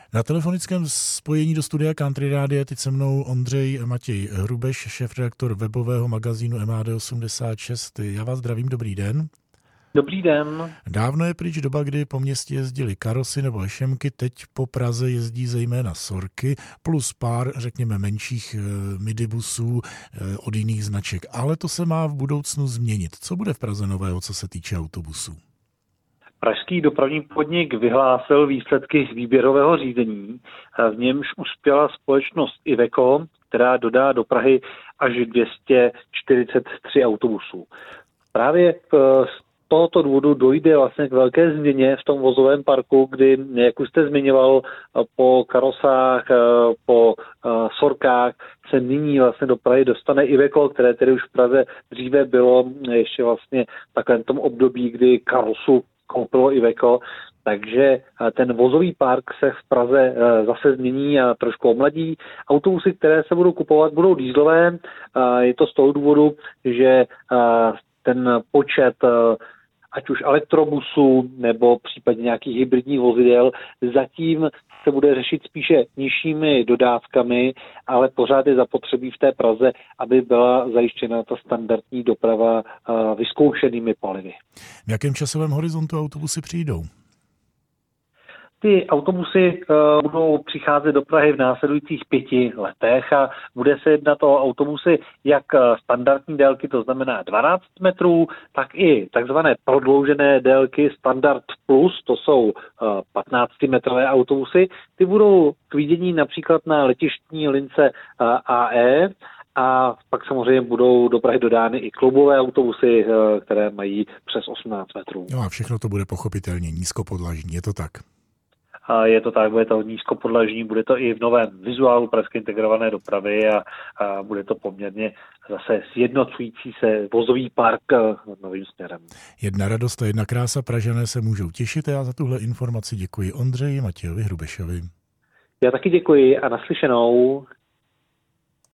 Na telefonickém spojení do studia Country Rádia teď se mnou Ondřej Matěj Hrubeš, šéfredaktor webového magazínu MAD86. Já vás zdravím, dobrý den. Dobrý den. Dávno je pryč doba, kdy po městě jezdili karosy nebo ešemky, teď po Praze jezdí zejména sorky, plus pár, řekněme, menších midibusů od jiných značek. Ale to se má v budoucnu změnit. Co bude v Praze nového, co se týče autobusů? Pražský dopravní podnik vyhlásil výsledky výběrového řízení. V němž uspěla společnost Iveco, která dodá do Prahy až 243 autobusů. Právě z tohoto důvodu dojde vlastně k velké změně v tom vozovém parku, kdy, jak už jste zmiňoval, po karosách, po sorkách se nyní vlastně do Prahy dostane Iveco, které tedy už v Praze dříve bylo ještě vlastně v takovém tom období, kdy karosu koupilo Iveco, takže ten vozový park se v Praze zase změní a trošku omladí. Autobusy, které se budou kupovat, budou dieselové. Je to z toho důvodu, že ten počet ať už elektrobusů nebo případně nějakých hybridních vozidel zatím se bude řešit spíše nižšími dodávkami, ale pořád je zapotřebí v té Praze, aby byla zajištěna ta standardní doprava vyzkoušenými palivy. V jakém časovém horizontu autobusy přijdou? Ty autobusy budou přicházet do Prahy v následujících 5 letech a bude se jednat o autobusy jak standardní délky, to znamená 12 metrů, tak i takzvané prodloužené délky Standard Plus, to jsou 15-metrové autobusy. Ty budou k vidění například na letištní lince AE, a pak samozřejmě budou do Prahy dodány i klubové autobusy, které mají přes 18 metrů. No a všechno to bude pochopitelně nízkopodlažní, je to tak? Je to tak, bude to nízkopodlažní, bude to i v novém vizuálu pražské integrované dopravy a bude to poměrně zase sjednocující se vozový park novým směrem. Jedna radost a jedna krása, Pražané se můžou těšit a já za tuhle informaci děkuji Ondřeji Matějovi Hrubešovi. Já taky děkuji a naslyšenou.